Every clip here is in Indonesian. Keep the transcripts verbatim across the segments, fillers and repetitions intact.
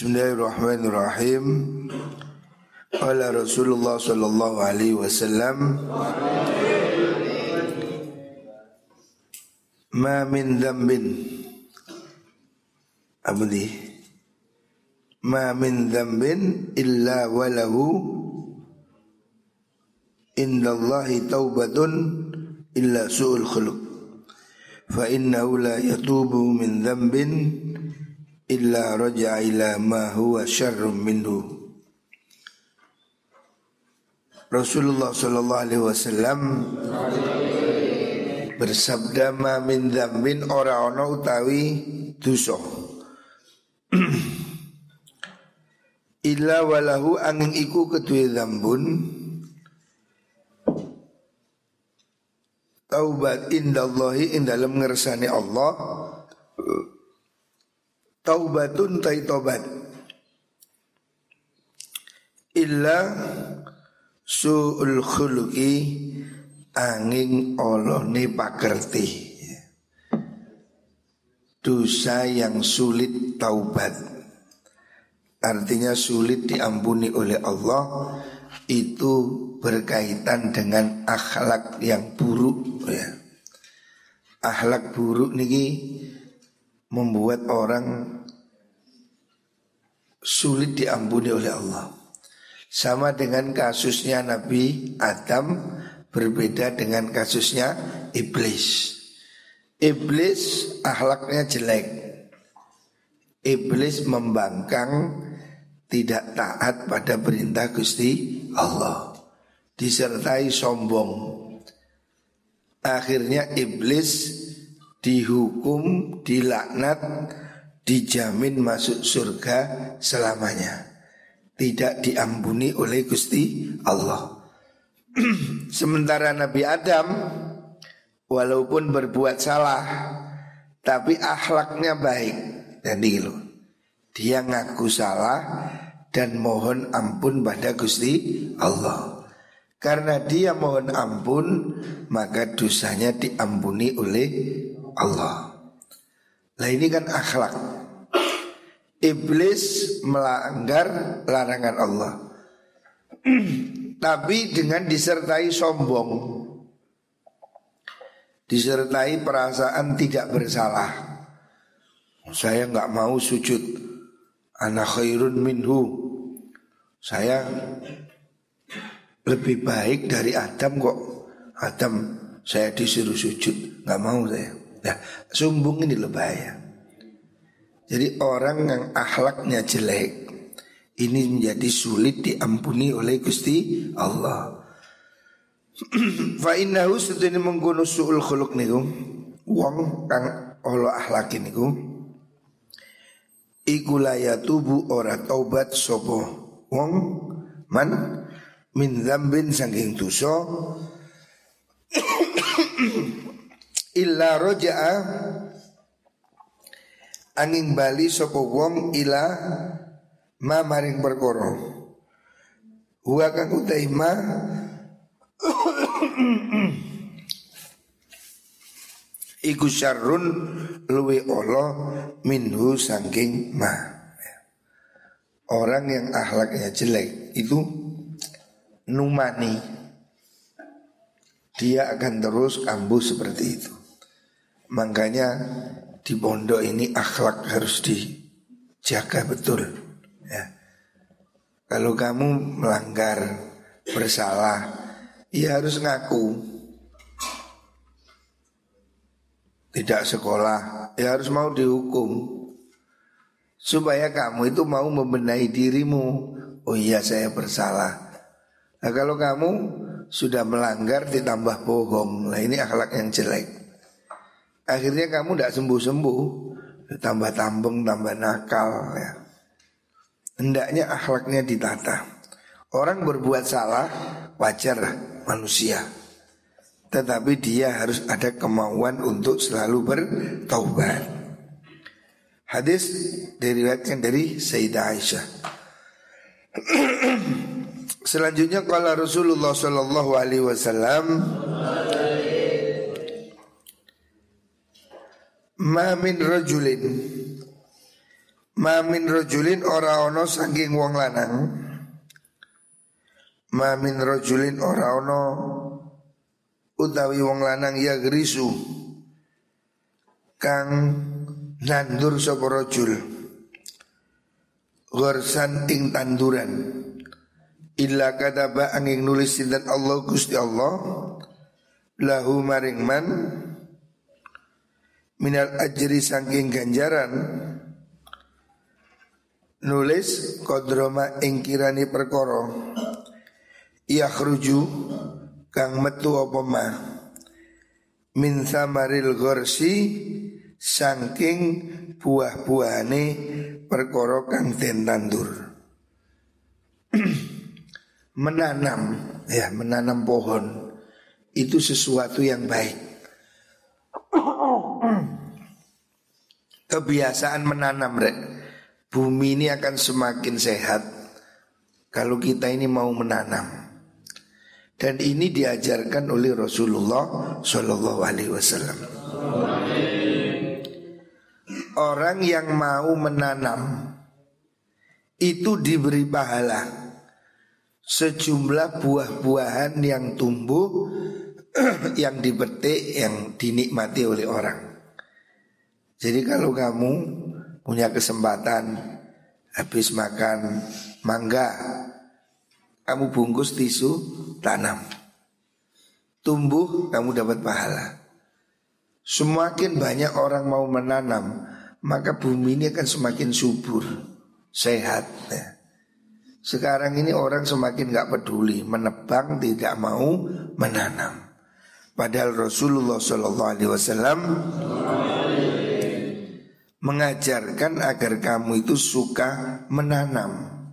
Bismillahirrahmanirrahim. Qala Rasulullah sallallahu alaihi wasallam, ma min dzambin abdi ma min dzambin illa walahu indallahi taubatun illa su'ul khuluq fa innahu la yatubu min dzambin illa raja'a ila ma huwa syarrum minhu. Rasulullah sallallahu alaihi wasallam bersabda, ma min dzambin ora ana utawi dosa illa walahu angin iku keduwe dzambun taubat indallahi ing dalem ngersane Allah, taubatun tai taubat illa su'ul khuluqi angin olone pakerti, dosa yang sulit taubat, artinya sulit diampuni oleh Allah, itu berkaitan dengan akhlak yang buruk ya. Akhlak buruk niki membuat orang sulit diampuni oleh Allah. Sama dengan kasusnya Nabi Adam, berbeda dengan kasusnya Iblis. Iblis akhlaknya jelek. Iblis membangkang, tidak taat pada perintah Gusti Allah, disertai sombong. Akhirnya Iblis dihukum, dilaknat, dijamin masuk surga selamanya, tidak diampuni oleh Gusti Allah. Sementara Nabi Adam walaupun berbuat salah tapi akhlaknya baik. Dan gitu, dia ngaku salah dan mohon ampun pada Gusti Allah. Karena dia mohon ampun, maka dosanya diampuni oleh Allah. Nah ini kan akhlak. Iblis melanggar larangan Allah, tapi dengan disertai sombong, disertai perasaan tidak bersalah. Saya nggak mau sujud, ana khairun minhu, saya lebih baik dari Adam kok. Adam saya disuruh sujud, nggak mau saya. Nah, sombong ini lebih bahaya. Jadi orang yang akhlaknya jelek ini menjadi sulit diampuni oleh Gusti Allah. Fa innahu sedene mengkono suul khuluq niku, wong kang ala akhlak niku iku la yatubu ora taubat sapa wong man min dzambin saking dosa illa roja'a angin bali sapa wong ila ma maring perkara huwa kang utaima iku syarrun luwe Allah minhu saking ma. Orang yang akhlaknya jelek itu numani, dia akan terus kambuh seperti itu. Makanya di pondok ini akhlak harus dijaga betul ya. Kalau kamu melanggar, bersalah, ya harus ngaku. Tidak sekolah, ya harus mau dihukum, supaya kamu itu mau membenahi dirimu. Oh iya saya bersalah. Nah kalau kamu sudah melanggar ditambah bohong, nah ini akhlak yang jelek. Akhirnya kamu tidak sembuh-sembuh, tambah tambeng, tambah nakal ya. Hendaknya akhlaknya ditata. Orang berbuat salah wajar manusia, tetapi dia harus ada kemauan untuk selalu bertaubat. Hadis diriwayatkan dari Sayyidah Aisyah. Selanjutnya qala Rasulullah sallallahu alaihi wasallam, ma min rajulin Ma min rajulin ora ono saking wong lanang. Ma min rajulin ora ono utawi wong lanang ya grisu kang nandur sapa rajul gharsan ing tanduran illa kadaba angin nulis sinten Allah Gusti Allah lahu maring man minal ajri saking ganjaran nulis kodroma ing kirani perkara yakhruju kang metu apa ma min samaril gharsi saking buah-buahane perkara kang den tandur. Menanam, ya menanam pohon itu sesuatu yang baik. Kebiasaan menanam, rek. Bumi ini akan semakin sehat kalau kita ini mau menanam. Dan ini diajarkan oleh Rasulullah Shallallahu Alaihi Wasallam. Orang yang mau menanam itu diberi pahala sejumlah buah-buahan yang tumbuh, yang dipetik, yang dinikmati oleh orang. Jadi kalau kamu punya kesempatan habis makan mangga, kamu bungkus tisu, tanam, tumbuh, kamu dapat pahala. Semakin banyak orang mau menanam, maka bumi ini akan semakin subur, sehat ya. Sekarang ini orang semakin gak peduli, menebang, tidak mau menanam. Padahal Rasulullah Shallallahu Alaihi Wasallam mengajarkan agar kamu itu suka menanam.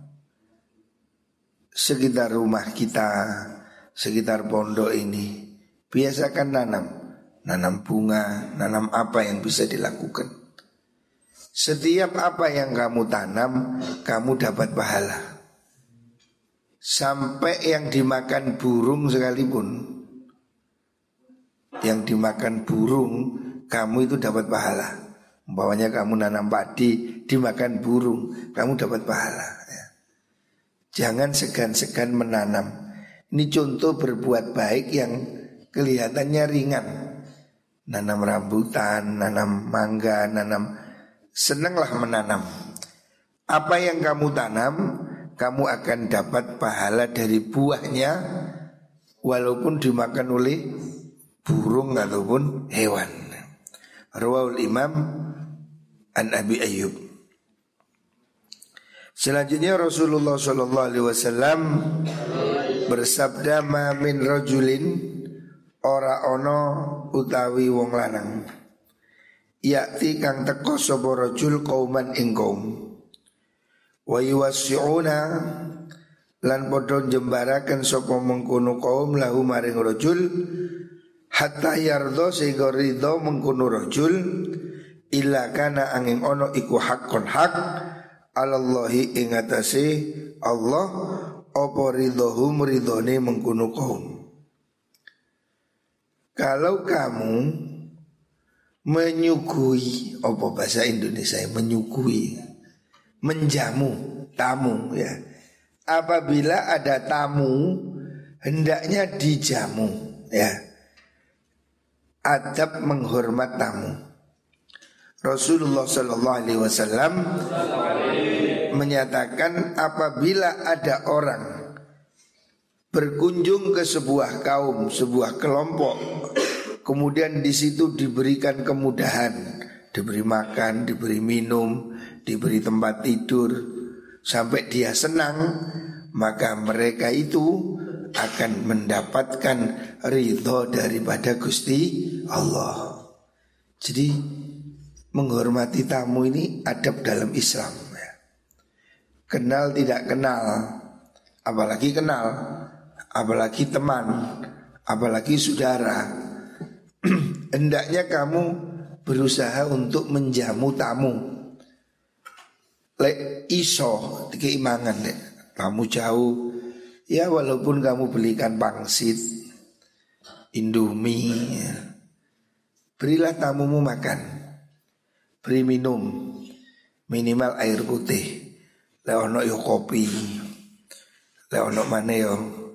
Sekitar rumah kita, sekitar pondok ini, biasakan nanam. Nanam bunga, nanam apa yang bisa dilakukan. Setiap apa yang kamu tanam, kamu dapat pahala. Sampai yang dimakan burung sekalipun, yang dimakan burung, kamu itu dapat pahala. Umpamanya kamu nanam padi, dimakan burung, kamu dapat pahala ya. Jangan segan-segan menanam. Ini contoh berbuat baik yang kelihatannya ringan. Nanam rambutan, nanam mangga, nanam, senanglah menanam. Apa yang kamu tanam, kamu akan dapat pahala dari buahnya, walaupun dimakan oleh burung ataupun hewan. Rawahul Imam an Abi Ayyub. Selanjutnya Rasulullah Shallallahu Alaihi Wasallam bersabda, ma min rajulin ora ono utawi wong lanang yakti kang teko sapa rajul qauman ing qaum wa yuwassi'una lan padha jembaraken sapa mengkono kaum lahu maring rajul hatta yardo sehingga ridho mengkono rajul illa kana angin ono iku haqqon hak alallahi ing atase Allah apa ridhohum ridhone mengkono kaum. Kalau kamu menyuguhi, apa bahasa Indonesia, menyuguhi, menjamu tamu ya. Apabila ada tamu, hendaknya dijamu ya. Adab menghormat tamu. Rasulullah Shallallahu Alaihi Wasallam menyatakan apabila ada orang berkunjung ke sebuah kaum, sebuah kelompok, kemudian di situ diberikan kemudahan, diberi makan, diberi minum, diberi tempat tidur, sampai dia senang, maka mereka itu akan mendapatkan ridho daripada Gusti Allah. Jadi menghormati tamu ini adab dalam Islam ya. Kenal tidak kenal, apalagi kenal, apalagi teman, apalagi saudara, hendaknya kamu berusaha untuk menjamu tamu. Lek iso keimangan deh, kamu jauh, ya walaupun kamu belikan pangsit, Indomie ya. Berilah tamumu makan, beri minum. minimal air putih. Lek ono yo kopi, lek ono mana yo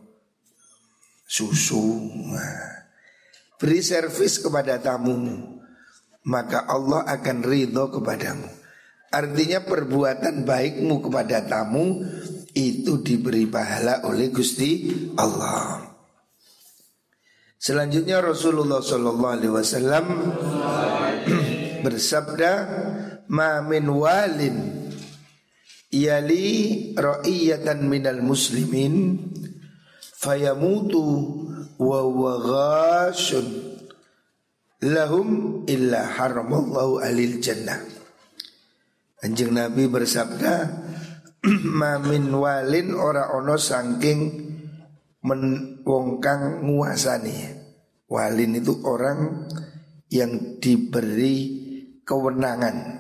susu. Nah, beri servis kepada tamumu, maka Allah akan ridho kepadamu. Artinya perbuatan baikmu kepada tamu itu diberi pahala oleh Gusti Allah. Selanjutnya Rasulullah Shallallahu Alaihi Wasallam bersabda, "Ma min walin yali ra'iyatan minal muslimin fayamutu wa huwa ghashun lahum illa haramallahu alil jannah." Kanjeng Nabi bersabda, "Ma min walin ora ono saking men wong kang nguasani." Walin itu orang yang diberi kewenangan.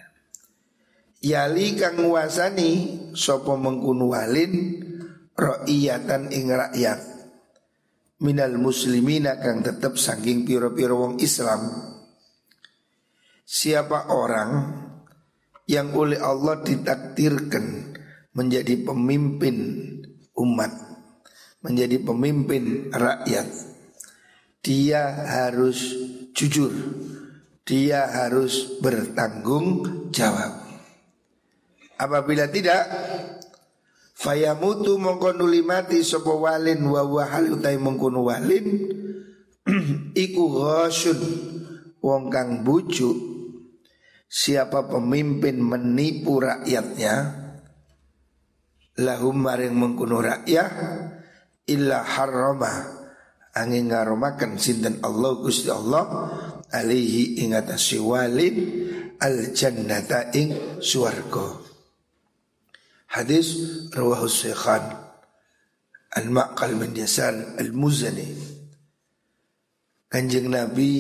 Yali kang nguasani sapa mengkunu walin ra'iyatan ing rakyat minal muslimina kang tetep saking pira-pira wong Islam. Siapa orang yang oleh Allah ditakdirkan menjadi pemimpin umat, menjadi pemimpin rakyat, dia harus jujur, dia harus bertanggung jawab. Apabila tidak, fayamutu mongko nuli mati sapa walin wa wa halutai mongko walin iku ghasyun wong kang bujuk. Siapa pemimpin menipu rakyatnya, lahum maring mengkuno rakyat illa harrama angin ngaromakan sinten Allah Gusti Allah alaihi ingatasi walid al jannata ing suwarga. Hadis rawahu Syekhan Al-Maqal bin Yasar Al-Muzani. Kanjeng Nabi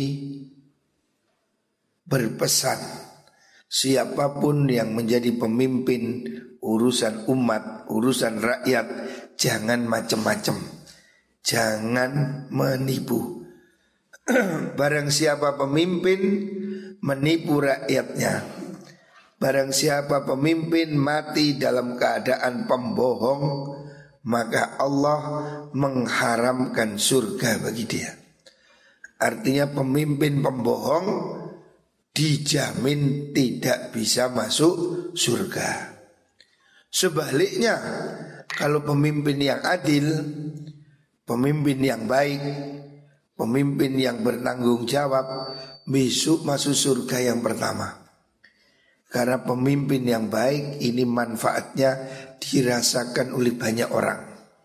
berpesan, siapapun yang menjadi pemimpin urusan umat, urusan rakyat, jangan macam-macam, jangan menipu. Barang siapa pemimpin menipu rakyatnya, barang siapa pemimpin mati dalam keadaan pembohong, maka Allah mengharamkan surga bagi dia. Artinya pemimpin pembohong dijamin tidak bisa masuk surga. Sebaliknya, kalau pemimpin yang adil, pemimpin yang baik, pemimpin yang bertanggung jawab, besok masuk surga yang pertama. Karena pemimpin yang baik ini manfaatnya dirasakan oleh banyak orang.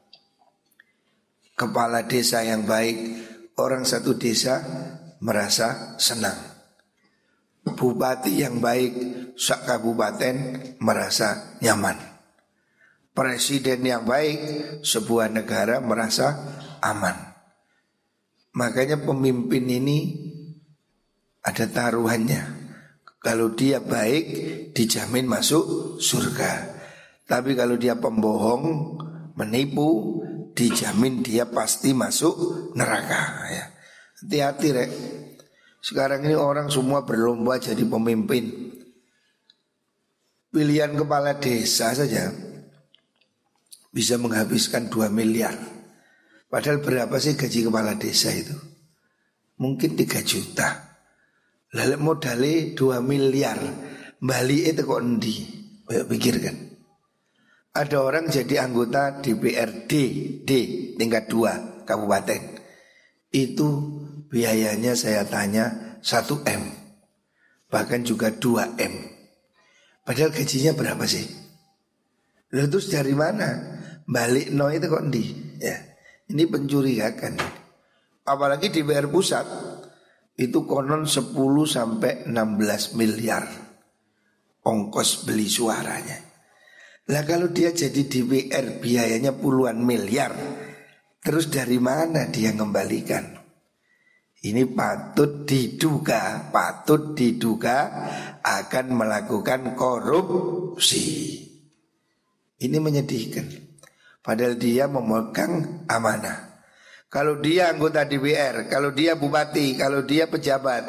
Kepala desa yang baik, orang satu desa merasa senang. Bupati yang baik, sak kabupaten merasa nyaman. Presiden yang baik, sebuah negara merasa aman. Makanya pemimpin ini ada taruhannya. Kalau dia baik, dijamin masuk surga. Tapi kalau dia pembohong, menipu, dijamin dia pasti masuk neraka. Ya. Hati-hati rek. Sekarang ini orang semua berlomba jadi pemimpin. Pilihan kepala desa saja bisa menghabiskan dua miliar. Padahal berapa sih gaji kepala desa itu? Mungkin tiga juta. Lalu modalnya dua miliar. Bali itu kok endi? Ayo pikirkan. Ada orang jadi anggota D P R D D tingkat dua kabupaten. Itu biayanya saya tanya satu M. Bahkan juga dua M. Padahal gajinya berapa sih? Lalu terus dari mana? Balik no itu kok endi? Ya. Ini pencurigaan. Apalagi di D P R pusat itu konon sepuluh sampai enam belas miliar ongkos beli suaranya. Lah kalau dia jadi D P R biayanya puluhan miliar, terus dari mana dia ngembalikan? Ini patut diduga, patut diduga akan melakukan korupsi. Ini menyedihkan. Padahal dia memegang amanah. Kalau dia anggota D P R, kalau dia bupati, kalau dia pejabat,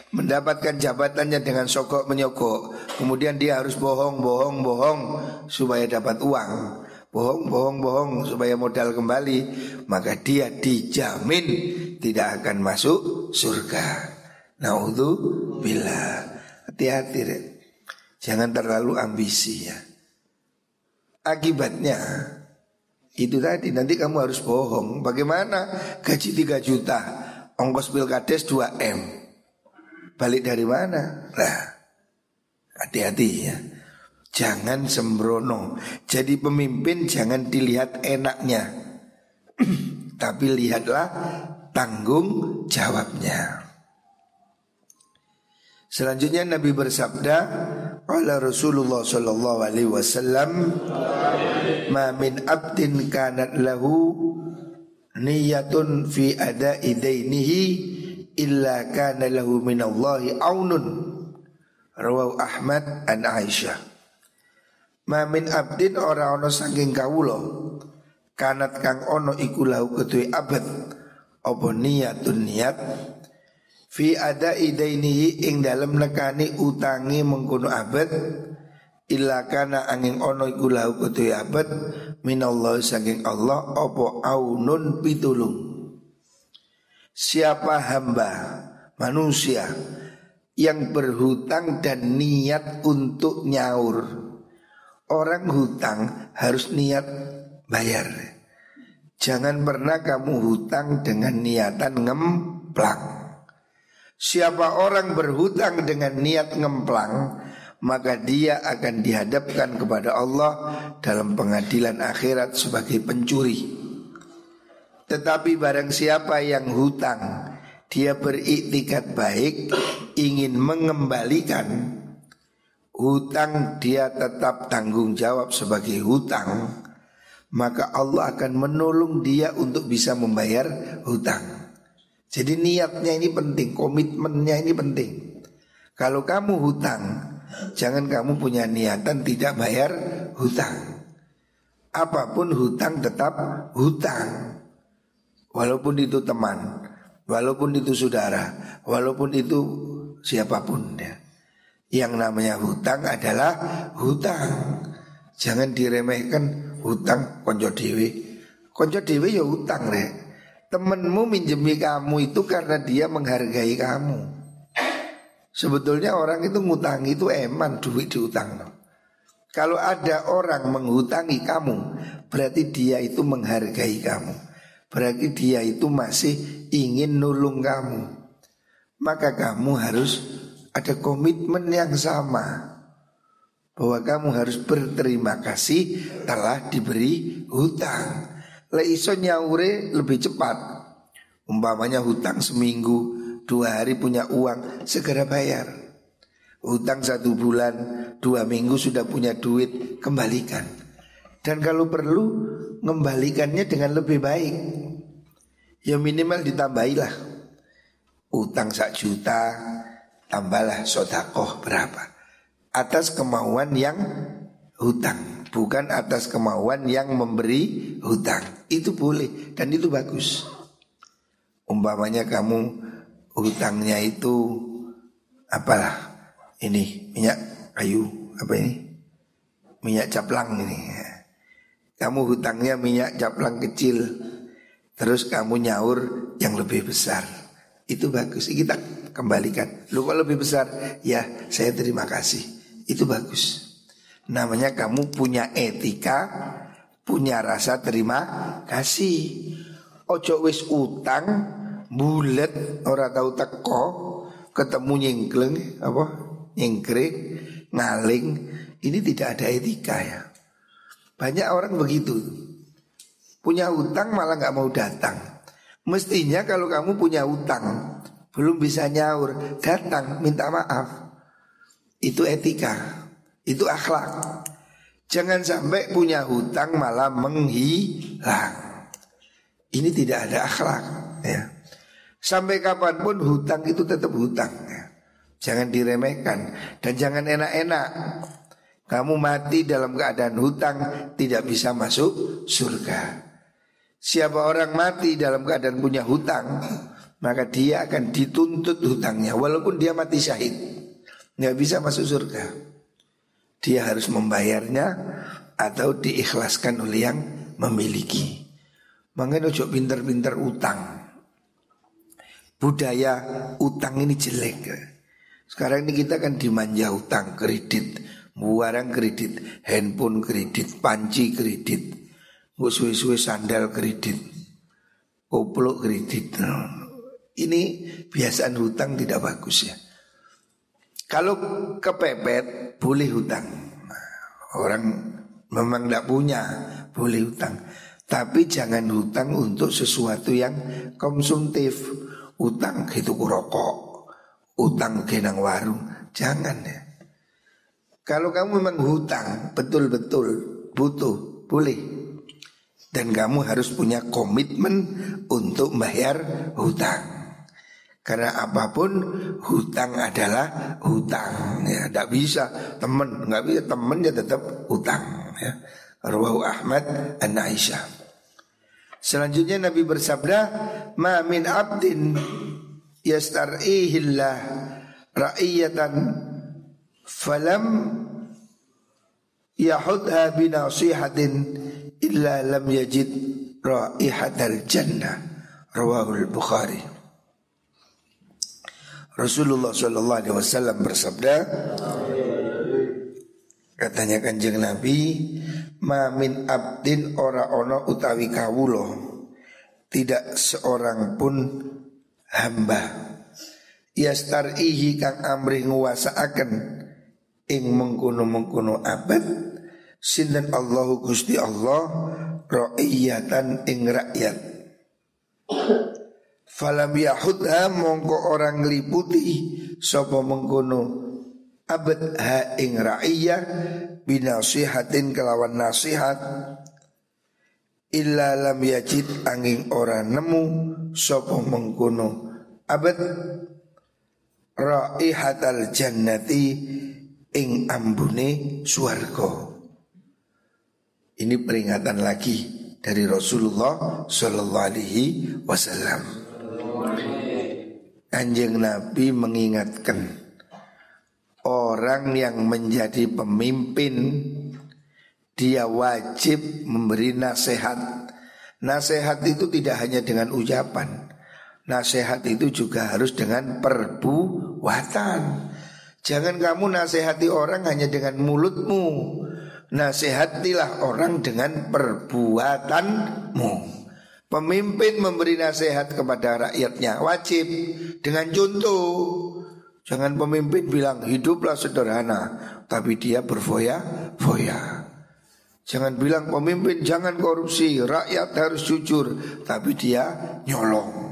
mendapatkan jabatannya dengan sogok menyogok, kemudian dia harus bohong, bohong, bohong supaya dapat uang, bohong, bohong, bohong supaya modal kembali, maka dia dijamin tidak akan masuk surga. Naudzubillah. Hati-hati, Ren. Jangan terlalu ambisi ya. Akibatnya itu tadi, nanti kamu harus bohong. Bagaimana? Gaji tiga juta, ongkos pilkades dua M. Balik dari mana? Nah, hati-hati ya. Jangan sembrono. Jadi pemimpin jangan dilihat enaknya, tapi lihatlah tanggung jawabnya. Selanjutnya Nabi bersabda, qala Rasulullah sallallahu alaihi wasallam, ma min abdin kanat lahu niyatun fi ada'i dainihi illa kana lahu minallahi aunun. Rawahu Ahmad an Aisyah. Ma min abdin ora ono saking kawula kanat kang ono iku lahu ketuwe abad apa niyatun niat fi ada idainihi ing dalem nekani utangi mengkono abad illa kana angin ono iku lahu ketuwe abad minallahi saking Allah apa aunun pitulung. Siapa hamba manusia yang berhutang dan niat untuk nyaur. Orang hutang harus niat bayar. Jangan pernah kamu hutang dengan niatan ngemplang. Siapa orang berhutang dengan niat ngemplang, maka dia akan dihadapkan kepada Allah dalam pengadilan akhirat sebagai pencuri. Tetapi barang siapa yang hutang, dia beriktikad baik, ingin mengembalikan hutang, dia tetap tanggung jawab sebagai hutang, maka Allah akan menolong dia untuk bisa membayar hutang. Jadi niatnya ini penting, komitmennya ini penting. Kalau kamu hutang, jangan kamu punya niatan tidak bayar hutang. Apapun hutang tetap hutang. Walaupun itu teman, walaupun itu saudara, walaupun itu siapapun ya. Yang namanya hutang adalah hutang. Jangan diremehkan hutang konco dewe. Konco dewe ya hutang rek. Temenmu minjemi kamu itu karena dia menghargai kamu. Sebetulnya orang itu ngutangi itu eman duit diutang. Kalau ada orang menghutangi kamu, berarti dia itu menghargai kamu. Berarti dia itu masih ingin nulung kamu. Maka kamu harus ada komitmen yang sama, bahwa kamu harus berterima kasih telah diberi hutang. Le iso nyaure lebih cepat. Umpamanya hutang seminggu, dua hari punya uang, segera bayar. Hutang satu bulan, dua minggu sudah punya duit, kembalikan. Dan kalau perlu mengembalikannya dengan lebih baik. Ya minimal ditambahilah. Utang sak juta, tambahlah sodakoh berapa. Atas kemauan yang hutang, bukan atas kemauan yang memberi hutang. Itu boleh dan itu bagus. Umpamanya kamu hutangnya itu apalah, ini minyak kayu, apa ini, minyak caplang ini. Kamu hutangnya minyak caplang kecil, terus kamu nyaur yang lebih besar, itu bagus. Kita kembalikan. Lu kok lebih besar? Ya saya terima kasih. Itu bagus. Namanya kamu punya etika, punya rasa terima kasih. Ojo wis utang bulet ora tahu teko, ketemu nyengkleng apa nyengkrik ngaling. Ini tidak ada etika ya. Banyak orang begitu, punya utang malah gak mau datang. Mestinya kalau kamu punya utang, belum bisa nyaur, datang minta maaf. Itu etika, itu akhlak. Jangan sampai punya hutang malah menghilang. Ini tidak ada akhlak ya. Sampai kapanpun hutang itu tetap hutang ya. Jangan diremehkan dan jangan enak-enak. Kamu mati dalam keadaan hutang, tidak bisa masuk surga. Siapa orang mati dalam keadaan punya hutang, maka dia akan dituntut hutangnya walaupun dia mati syahid, nggak bisa masuk surga. Dia harus membayarnya atau diikhlaskan oleh yang memiliki. Makanya ojo pinter-pinter utang. Budaya utang ini jelek. Sekarang ini kita kan dimanja utang, kredit, barang kredit, handphone kredit, panci kredit, suwe-suwe sandal kredit, koplok kredit. Ini biasaan hutang tidak bagus ya. Kalau kepepet boleh hutang. Orang memang tidak punya boleh hutang. Tapi jangan hutang untuk sesuatu yang konsumtif. Utang gitu rokok, utang genang warung, jangan ya. Kalau kamu memang hutang betul-betul butuh, boleh. Dan kamu harus punya komitmen untuk bayar hutang. Karena apapun hutang adalah hutang ya. Tidak bisa teman, nggak bisa teman ya tetap hutang ya. Rawahu Ahmad an Aisyah. Selanjutnya Nabi bersabda, ma min abdin yastar'ihillah ra'iyatan falam yahudha binasihatin illa lam yajid ra'ihatal jannah. Rawahul Bukhari. Rasulullah sallallahu alaihi wasallam bersabda, katanya Kanjeng Nabi, ma min abdin ora ono utawi kawulo, tidak seorang pun hamba yastarihi kang amrih nguwasaaken ing mengkono-mengkono abad sinten Allahu Gusti Allah ra'iyatan ing rakyat falam yahudha mongko orang ngliputi sapa mengkono abad ha ing ra'iyah binasihatin kelawan nasihat illa lam yajid angin ora nemu sapa mengkono abad raihatal jannati ing ambune swarga. Ini peringatan lagi dari Rasulullah sallallahu alaihi wasallam. Kanjeng Nabi mengingatkan orang yang menjadi pemimpin dia wajib memberi nasihat. Nasihat itu tidak hanya dengan ucapan. Nasihat itu juga harus dengan perbuatan. Jangan kamu nasihati orang hanya dengan mulutmu. Nasihatilah orang dengan perbuatanmu. Pemimpin memberi nasihat kepada rakyatnya wajib dengan contoh. Jangan pemimpin bilang hiduplah sederhana, tapi dia berfoya-foya. Jangan bilang pemimpin jangan korupsi, rakyat harus jujur, tapi dia nyolong.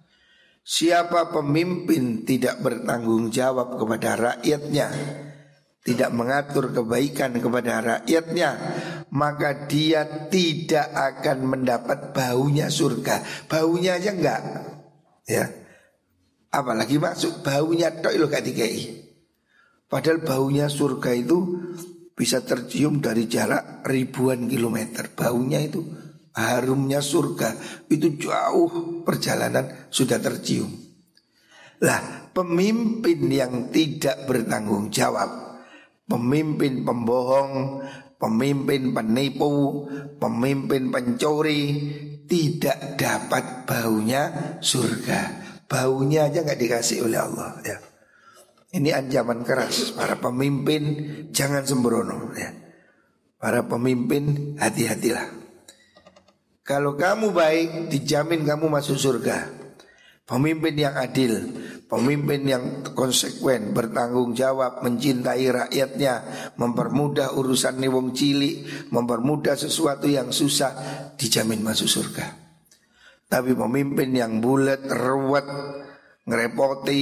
Siapa pemimpin tidak bertanggung jawab kepada rakyatnya, tidak mengatur kebaikan kepada rakyatnya, maka dia tidak akan mendapat baunya surga. Baunya aja enggak, ya. Apalagi masuk baunya tok lo gak dikei. Padahal baunya surga itu bisa tercium dari jarak ribuan kilometer. Baunya itu, harumnya surga itu jauh perjalanan sudah tercium. Lah, pemimpin yang tidak bertanggung jawab, pemimpin pembohong, pemimpin penipu, pemimpin pencuri, tidak dapat baunya surga. Baunya aja gak dikasih oleh Allah ya. Ini ancaman keras. Para pemimpin jangan sembrono ya. Para pemimpin hati-hatilah. Kalau kamu baik dijamin kamu masuk surga. Pemimpin yang adil, pemimpin yang konsekuen, bertanggung jawab, mencintai rakyatnya, mempermudah urusan nih wong cilik, mempermudah sesuatu yang susah, dijamin masuk surga. Tapi pemimpin yang bulat, ruwet, ngerepoti,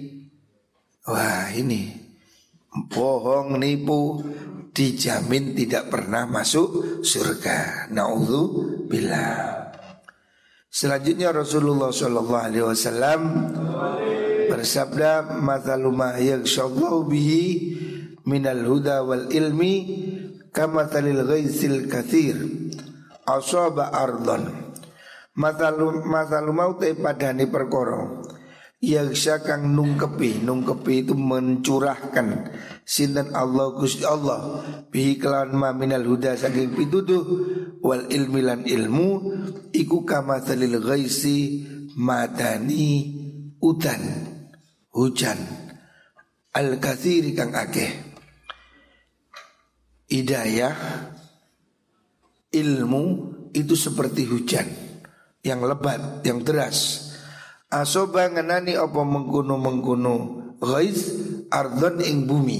wah ini bohong, nipu, dijamin tidak pernah masuk surga. Na'udzubillah. Selanjutnya Rasulullah shallallahu alaihi wasallam bersabda, "Mathalu ma yaghshallahu bihi minal huda wal ilmi kamathalil ghaitsil katsir asaba ardhan Masalu masalu mau te padane perkara yaksha kang nungkepi, nungkepi itu mencurahkan sinten Allah Gusti Allah bihi kelawan ma minal huda saking pituduh wal ilmi lan ilmu iku kamatsalil ghaisi madani udan hujan al katsiri kang akeh. Hidayah ilmu itu seperti hujan yang lebat, yang deras. Asoba ngenani apa mengkuno-mengkuno ghaiz ardon ing bumi.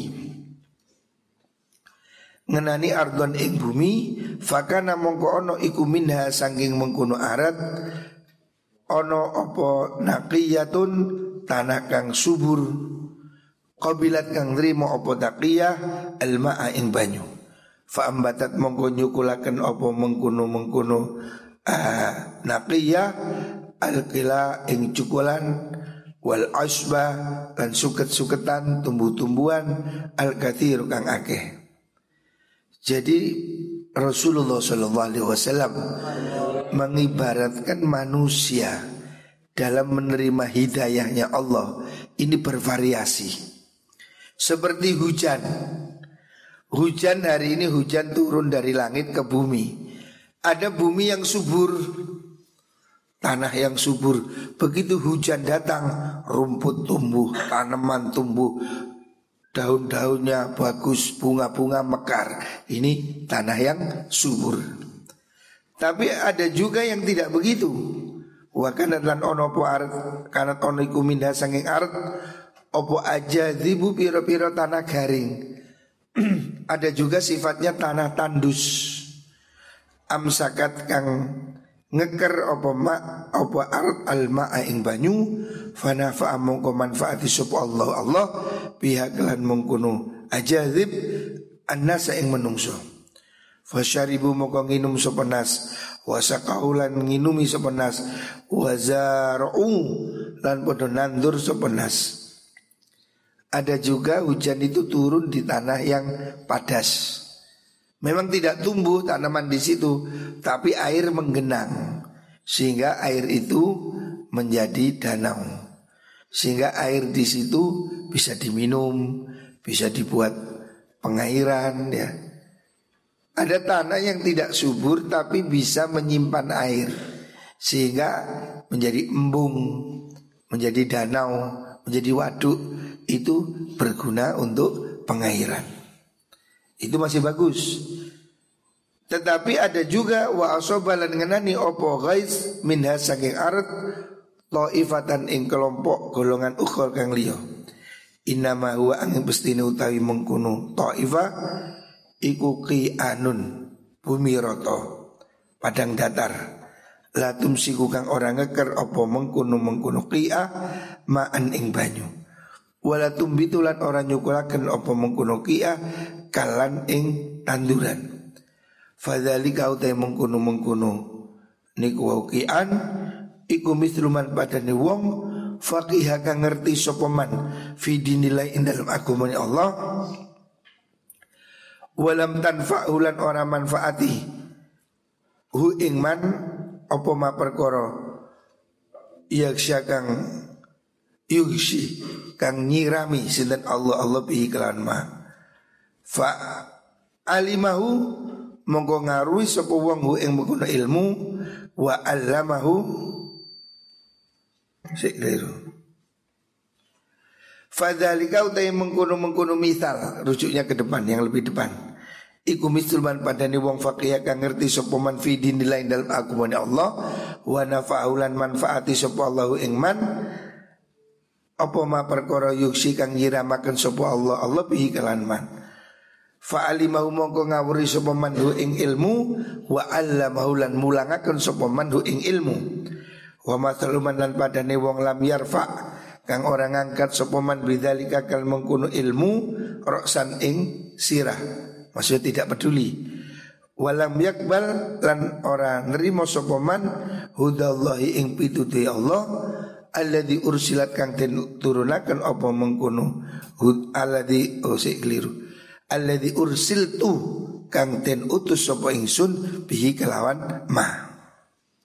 Ngenani ardon ing bumi, fakana mongko ono iku minha sangking mengkuno arat ono apa naqiyatun tanah kang subur qabilat kang nrimo apa taqiyah almaa ing banyu. Fa ambatat mongko nyukulaken apa mengkuno-mengkuno uh, naqiyah al-qila ing cukulan wal asba lan suket-suketan tumbuh-tumbuhan al-katsir kang akeh. Jadi Rasulullah sallallahu alaihi wasallam mengibaratkan manusia dalam menerima hidayahnya Allah ini bervariasi. Seperti hujan. Hujan hari ini hujan turun dari langit ke bumi. Ada bumi yang subur, tanah yang subur. Begitu hujan datang, rumput tumbuh, tanaman tumbuh, daun-daunnya bagus, bunga-bunga mekar. Ini tanah yang subur. Tapi ada juga yang tidak begitu. Wa kanat lan ono po arat, kanat ono iku minha sanging arat opo aja zibu piro-piro tanah garing. Ada juga sifatnya tanah tandus. Amsakat kang ngeker opo ma opo arat al ma'a ing banyu fanafa'a mongko manfaati sapa Allah Allah pihak lan mengkono ajazib annasa ing menungso. Fasyaribu mongko nginum sapa nas wasaqaulan nginumi sapa nas wazar'u lan padha nandur sapa nas. Ada juga hujan itu turun di tanah yang padas. Memang tidak tumbuh tanaman di situ, tapi air menggenang sehingga air itu menjadi danau. Sehingga air di situ bisa diminum, bisa dibuat pengairan ya. Ada tanah yang tidak subur tapi bisa menyimpan air sehingga menjadi embung, menjadi danau, menjadi waduk. Itu berguna untuk pengairan. Itu masih bagus. Tetapi ada juga wa asobalan ngenani opo ghaiz minha saking arat ta'ifatan ing kelompok golongan ukhra kang liya. Innama huwa angin bestine utawi mengkono ta'ifah iku qi'anun bumi rata padang datar. La tumsiku kang ora ngeker opo mengkono-mengkono qi'ah ma'an ing banyu. Wala tumbitulan orang nyukulaken apa mengkuno kia kalan ing tanduran. Fadzalika utai mengkuno mengkuno niku kian iku misluman padane wong faqih kang ngerti sapa man fi dinillah ing dalem agama Allah. Walam tanfa'u lan ora manfaati hu ing man apa ma perkara yaksya kang yugsi kang nyirami sinten Allah Allah bihi kelan ma fa alimahu mongko ngaruhi sapa wong hu ing mengkono ilmu wa allamahu sekliru fadzalika utai mengkono-mengkono misal rujuknya ke depan yang lebih depan iku misulman padane wong faqih kang ngerti sapa man fi dinillah dalam agama Allah wa nafa'ulan manfaati sapa Allah ing man apa ma perkara yuksi kang nyiramaken sapa Allah Allah bihi kalan man fa alimahu mongko ngawuri sapa man hu ing ilmu wa allamahu lan mulangaken sapa man hu ing ilmu wa mathaluman lan padane wong lam yarfa kang ora ngangkat sapa man bidzalika kal mengkono ilmu roksan ing sirah maksudnya tidak peduli walam yakbal lan ora nerima sapa man hudallahi ing pitutuhe Allah alladzi ursilat kang den turunaken apa mengkono hud alladzi oh sik keliru alladzi ursiltu kang den utus sapa ingsun bihi kelawan ma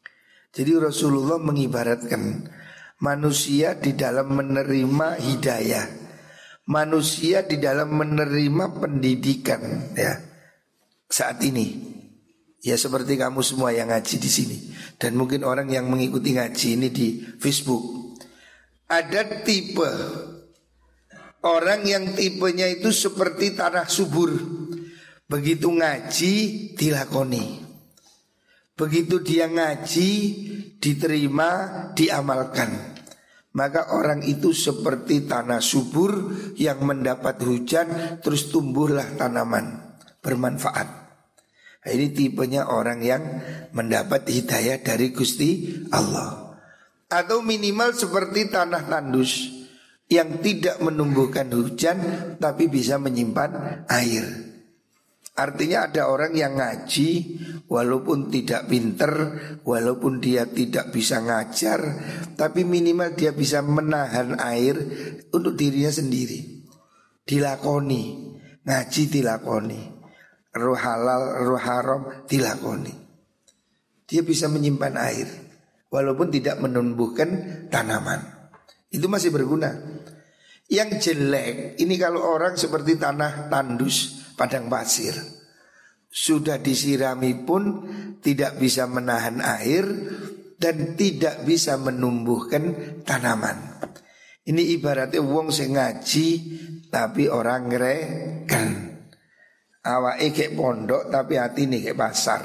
Jadi Rasulullah mengibaratkan manusia di dalam menerima hidayah, manusia di dalam menerima pendidikan ya saat ini. Ya seperti kamu semua yang ngaji di sini dan mungkin orang yang mengikuti ngaji ini di Facebook. Ada tipe orang yang tipenya itu seperti tanah subur. Begitu ngaji dilakoni. Begitu dia ngaji diterima, diamalkan. Maka orang itu seperti tanah subur yang mendapat hujan terus tumbuhlah tanaman bermanfaat. Nah, ini tipenya orang yang mendapat hidayah dari Gusti Allah. Atau minimal seperti tanah tandus yang tidak menumbuhkan hujan tapi bisa menyimpan air. Artinya ada orang yang ngaji walaupun tidak pinter, walaupun dia tidak bisa ngajar, tapi minimal dia bisa menahan air untuk dirinya sendiri. Dilakoni, ngaji dilakoni, roh halal, roh haram dilakoni. Dia bisa menyimpan air walaupun tidak menumbuhkan tanaman. Itu masih berguna. Yang jelek ini kalau orang seperti tanah tandus, padang pasir, sudah disirami pun tidak bisa menahan air dan tidak bisa menumbuhkan tanaman. Ini ibaratnya wong sing ngaji tapi orang ngereken. Awake kayak pondok tapi hati nih kayak pasar.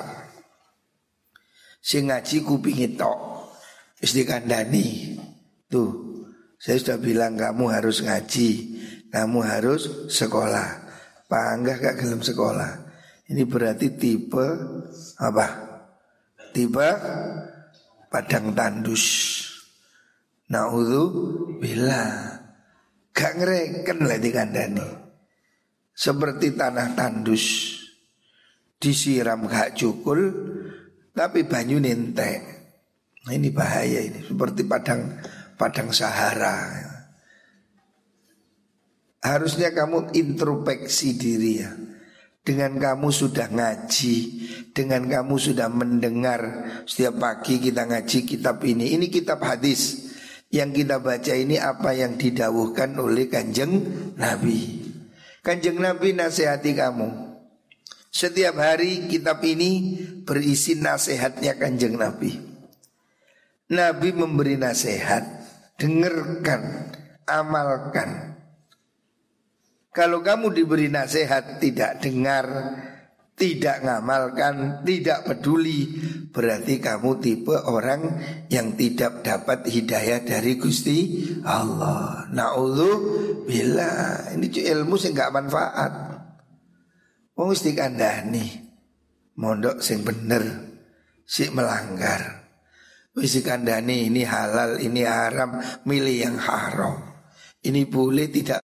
Sing ngaji kupingi tok wis dikandani. Tuh, saya sudah bilang kamu harus ngaji, kamu harus sekolah. Panggah gak gelem sekolah. Ini berarti tipe apa? Tipe padang tandus. Naudzubillah. Gak ngereken lah dikandani. Seperti tanah tandus, disiram gak cukul tapi banyu nentek. Nah, ini bahaya ini. Seperti padang padang Sahara. Harusnya kamu introspeksi diri ya. Dengan kamu sudah ngaji, dengan kamu sudah mendengar setiap pagi kita ngaji kitab ini. Ini kitab hadis yang kita baca ini apa yang didawuhkan oleh Kanjeng Nabi. Kanjeng Nabi nasihati kamu. Setiap hari kitab ini berisi nasihatnya Kanjeng Nabi. Nabi memberi nasihat, dengarkan, amalkan. Kalau kamu diberi nasihat tidak dengar, tidak ngamalkan, tidak peduli, berarti kamu tipe orang yang tidak dapat hidayah dari Gusti Allah. Naudzubillah. Ini ilmu sing gak manfaat. Wong wis dikandani mondok sing bener, sing melanggar. Wis dikandani ini halal, ini haram, milih yang haram. Ini boleh tidak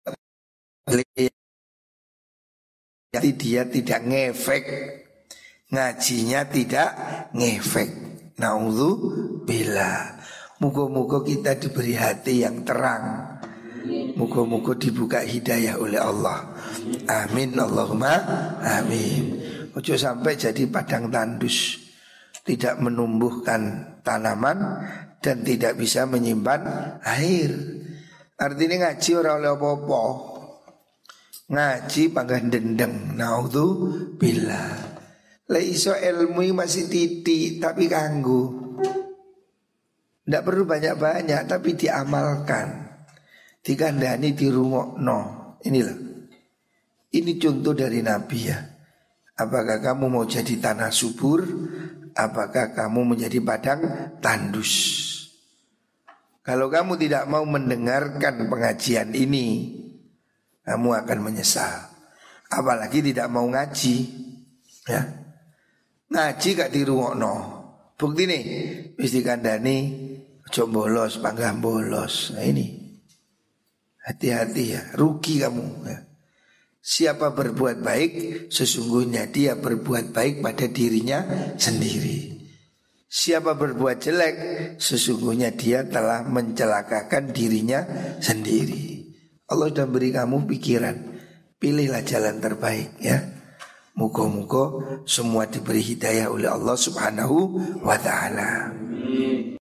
jadi dia tidak ngefek, ngajinya tidak ngefek. Naudzubillah. Muga-muga kita diberi hati yang terang. Muga-muga dibuka hidayah oleh Allah. Amin Allahumma amin. Ojo sampai jadi padang tandus, tidak menumbuhkan tanaman dan tidak bisa menyimpan air. Artinya ngaji ora oleh apa-apa. Ngaji panggah dendeng. Naudzubillah. Lah iso ilmu masih titik tapi kanggu. Ndak perlu banyak-banyak tapi diamalkan. Dikandani dirungokno. Inilah. Ini contoh dari Nabi ya. Apakah kamu mau jadi tanah subur? Apakah kamu menjadi padang tandus? Kalau kamu tidak mau mendengarkan pengajian ini, kamu akan menyesal. Apalagi tidak mau ngaji ya. Ngaji gak dirungokno. Bukti nih wis dikandani aja bolos, panggah bolos. Nah ini hati-hati ya, rugi kamu ya. Siapa berbuat baik, sesungguhnya dia berbuat baik pada dirinya sendiri. Siapa berbuat jelek, sesungguhnya dia telah mencelakakan dirinya sendiri. Allah sudah beri kamu pikiran, pilihlah jalan terbaik ya. Muga-muga semua diberi hidayah oleh Allah Subhanahu wa ta'ala.